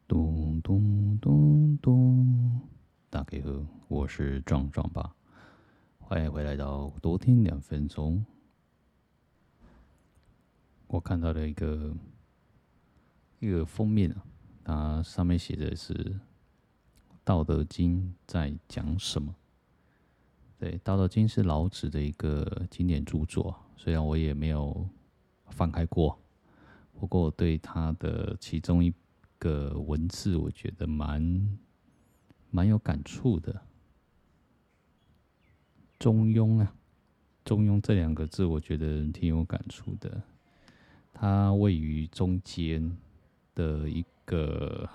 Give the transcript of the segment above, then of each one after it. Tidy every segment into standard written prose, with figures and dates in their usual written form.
咚咚咚咚，大家好，我是壮壮爸，欢迎回来到多听2分钟。我看到了一个封面啊，它上面写的是《道德经》在讲什么？对，《道德经》是老子的一个经典著作，虽然我也没有翻开过，不过我对他的其中一个文字，我觉得蛮有感触的。中庸啊，中庸这2个字，我觉得挺有感触的。它位于中间的一个，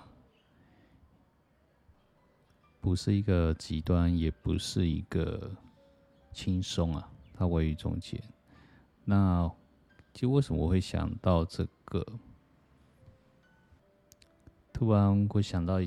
不是一个极端，也不是一个轻松啊，它位于中间。那其实为什么我会想到这个？突然会想到一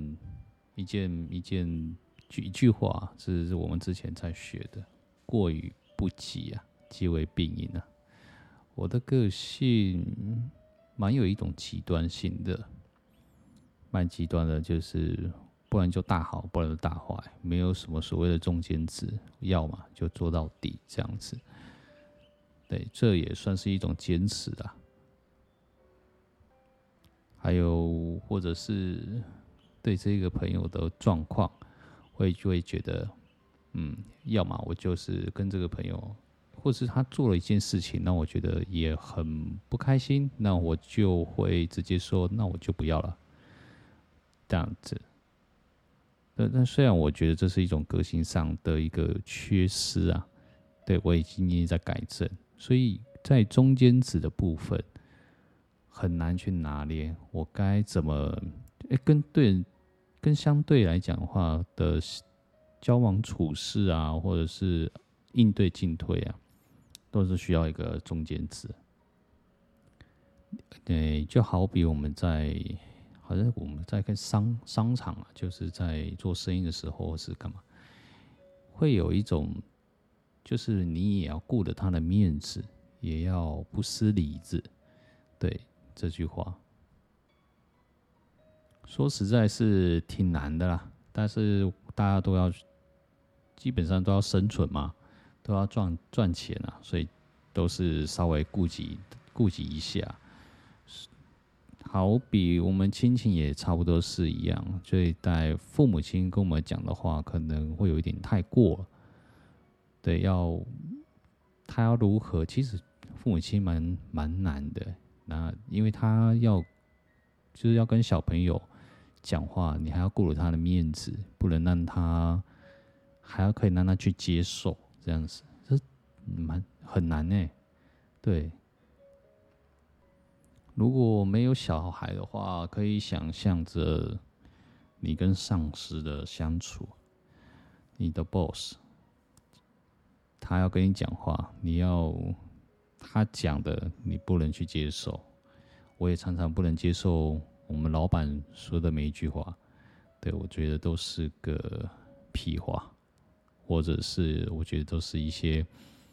句话，这是我们之前在学的，过于不及啊，皆为病因啊。我的个性蛮有一种极端性的，蛮极端的，就是不然就大好，不然就大坏，没有什么所谓的中间值，要么就做到底这样子。对，这也算是一种坚持啊。还有或者是对这个朋友的状况，就会觉得，要么我就是跟这个朋友，或是他做了一件事情，那我觉得也很不开心，那我就会直接说，那我就不要了，这样子。但虽然我觉得这是一种个性上的一个缺失啊，对我已经在改正，所以在中间值的部分很难去拿捏，我该怎么跟相对来讲的话的交往处事啊，或者是应对进退啊，都是需要一个中间值。对，就好比好像我们在跟商场啊，就是在做生意的时候，或是干嘛，会有一种，就是你也要顾着他的面子，也要不失礼智。对，这句话说实在是挺难的啦，但是大家基本上都要生存嘛，都要赚钱啊，所以都是稍微顾及一下。好比我们亲情也差不多是一样，所以在父母亲跟我们讲的话，可能会有一点太过了。对，他要如何？其实父母亲蛮难的。那因为就是要跟小朋友讲话，你还要顾了他的面子，不能让他还要可以让他去接受这样子，这很难呢。对，如果没有小孩的话，可以想象着你跟上司的相处，你的 boss 他要跟你讲话，他讲的你不能去接受。我也常常不能接受我们老板说的每一句话，对，我觉得都是个屁话，或者是我觉得都是一些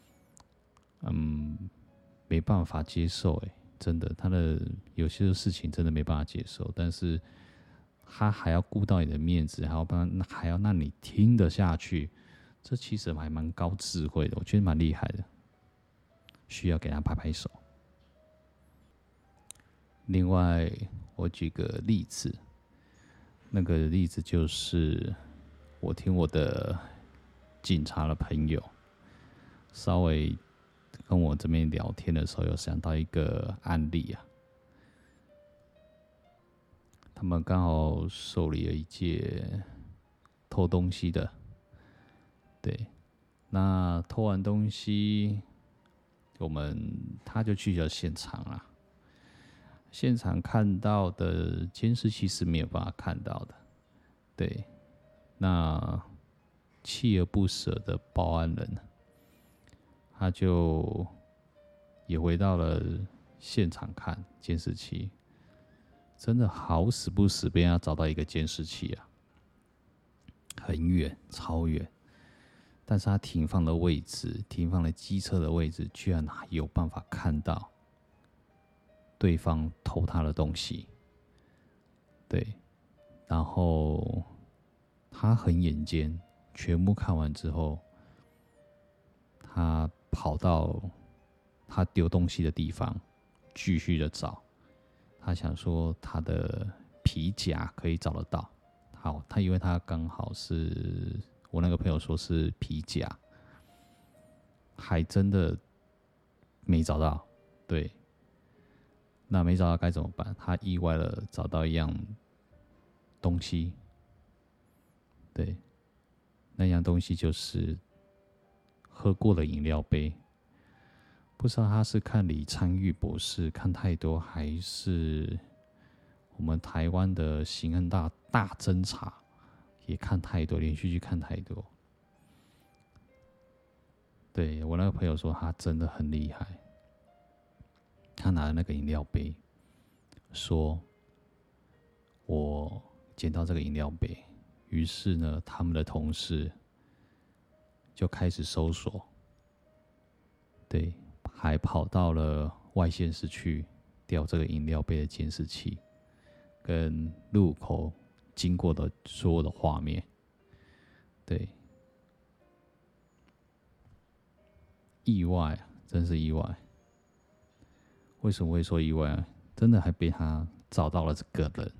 没办法接受。真的，他的有些事情真的没办法接受，但是他还要顾到你的面子，还要让你听得下去，这其实还蛮高智慧的，我觉得蛮厉害的，需要给他拍拍手。另外，我举个例子，那个例子就是我听我的警察的朋友稍微跟我这边聊天的时候，有想到一个案例啊。他们刚好受理了一件偷东西的，对，那偷完东西，他就去了现场啊。现场看到的监视器是没有办法看到的，对。那锲而不舍的报案人，他就也回到了现场看监视器，真的好死不死被他找到一个监视器啊，很远，超远。但是他停放了机车的位置，居然有办法看到对方偷他的东西。对， 然后他很眼尖，全部看完之后，他跑到他丢东西的地方，继续的找。他想说他的皮夹可以找得到。好，他因为他刚好是我那个朋友说是皮夹，还真的没找到。对，那没找到该怎么办？他意外的找到一样东西。对，那样东西就是喝过的饮料杯。不知道他是看李昌钰博士看太多，还是我们台湾的刑案大侦查也看太多，连续剧看太多。对，我那个朋友说他真的很厉害，他拿了那个饮料杯，说我捡到这个饮料杯，于是呢，他们的同事就开始搜索，对，还跑到了外县市去调这个饮料杯的监视器，跟路口经过的所有的画面。对，意外，真是意外。为什么会说意外？真的还被他找到了这个人。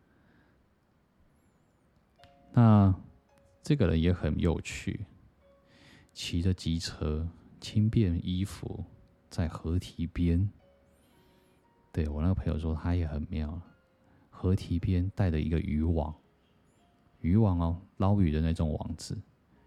那这个人也很有趣，骑着机车，轻便衣服，在河堤边。对，我那个朋友说他也很妙，河堤边带着一个渔网，渔网哦，捞鱼的那种网子。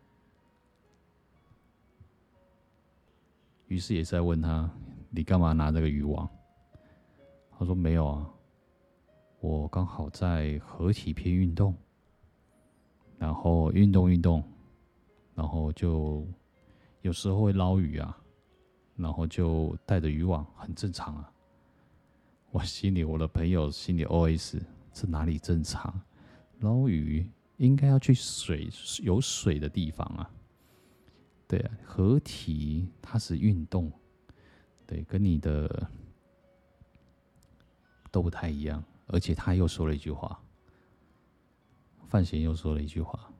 于是也是在问他，你干嘛拿这个渔网？他说没有啊，我刚好在河堤边运动，然后运动，然后就有时候会捞鱼啊，然后就带着渔网，很正常啊。我的朋友心里 OS： 这哪里正常？捞鱼应该要去有水的地方啊。对啊，河堤它是运动，对，跟你的都不太一样。而且他又说了一句话，范闲又说了一句话，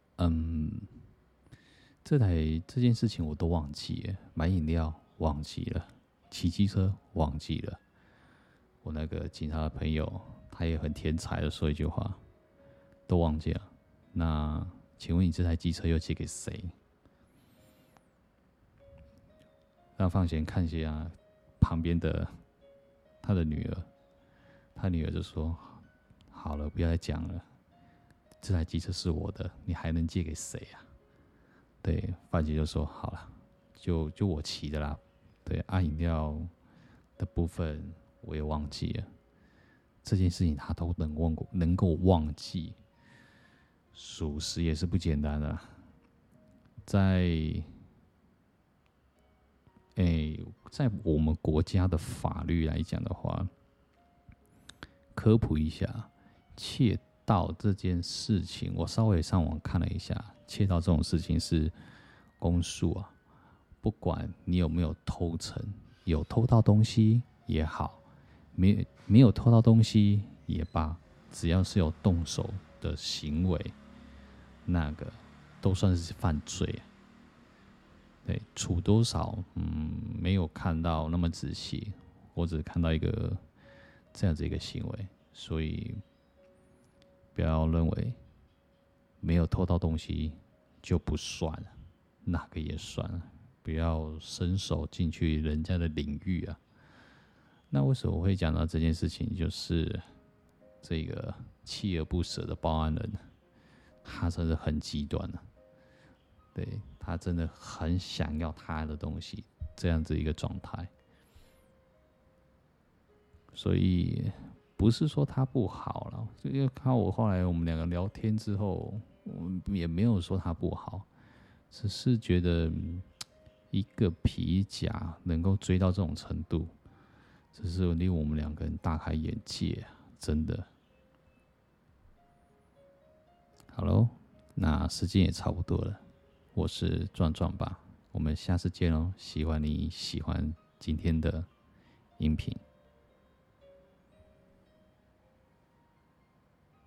这件事情我都忘记了，买饮料忘记了，骑机车忘记了。我那个警察的朋友，他也很天才的说一句话，都忘记了。那请问你这台机车又借给谁？让范闲看一下旁边的他的女儿，他女儿就说：“好了，不要再讲了，这台机车是我的，你还能借给谁啊？”对，范姐就说：“好了，就我骑的啦。”对，饮料的部分我也忘记了。这件事情他都能够忘记，属实也是不简单的。在我们国家的法律来讲的话，科普一下，窃盗这件事情，我稍微上网看了一下，窃盗这种事情是公诉啊，不管你有没有偷成，有偷到东西也好，没有偷到东西也罢，只要是有动手的行为，那个都算是犯罪。对，处多少，没有看到那么仔细，我只看到一个这样子一个行为，所以不要认为没有偷到东西就不算了，哪个也算了，不要伸手进去人家的领域啊。那为什么我会讲到这件事情？就是这个锲而不舍的报案人，他真的很极端啊。对，他真的很想要他的东西，这样子一个状态。所以不是说他不好了，就因为看我后来我们两个聊天之后，我们也没有说他不好，只是觉得一个皮夹能够追到这种程度，只是令我们两个人大开眼界啊，真的。好咯，那时间也差不多了。我是壮壮吧，我们下次见喽！希望你喜欢今天的音频。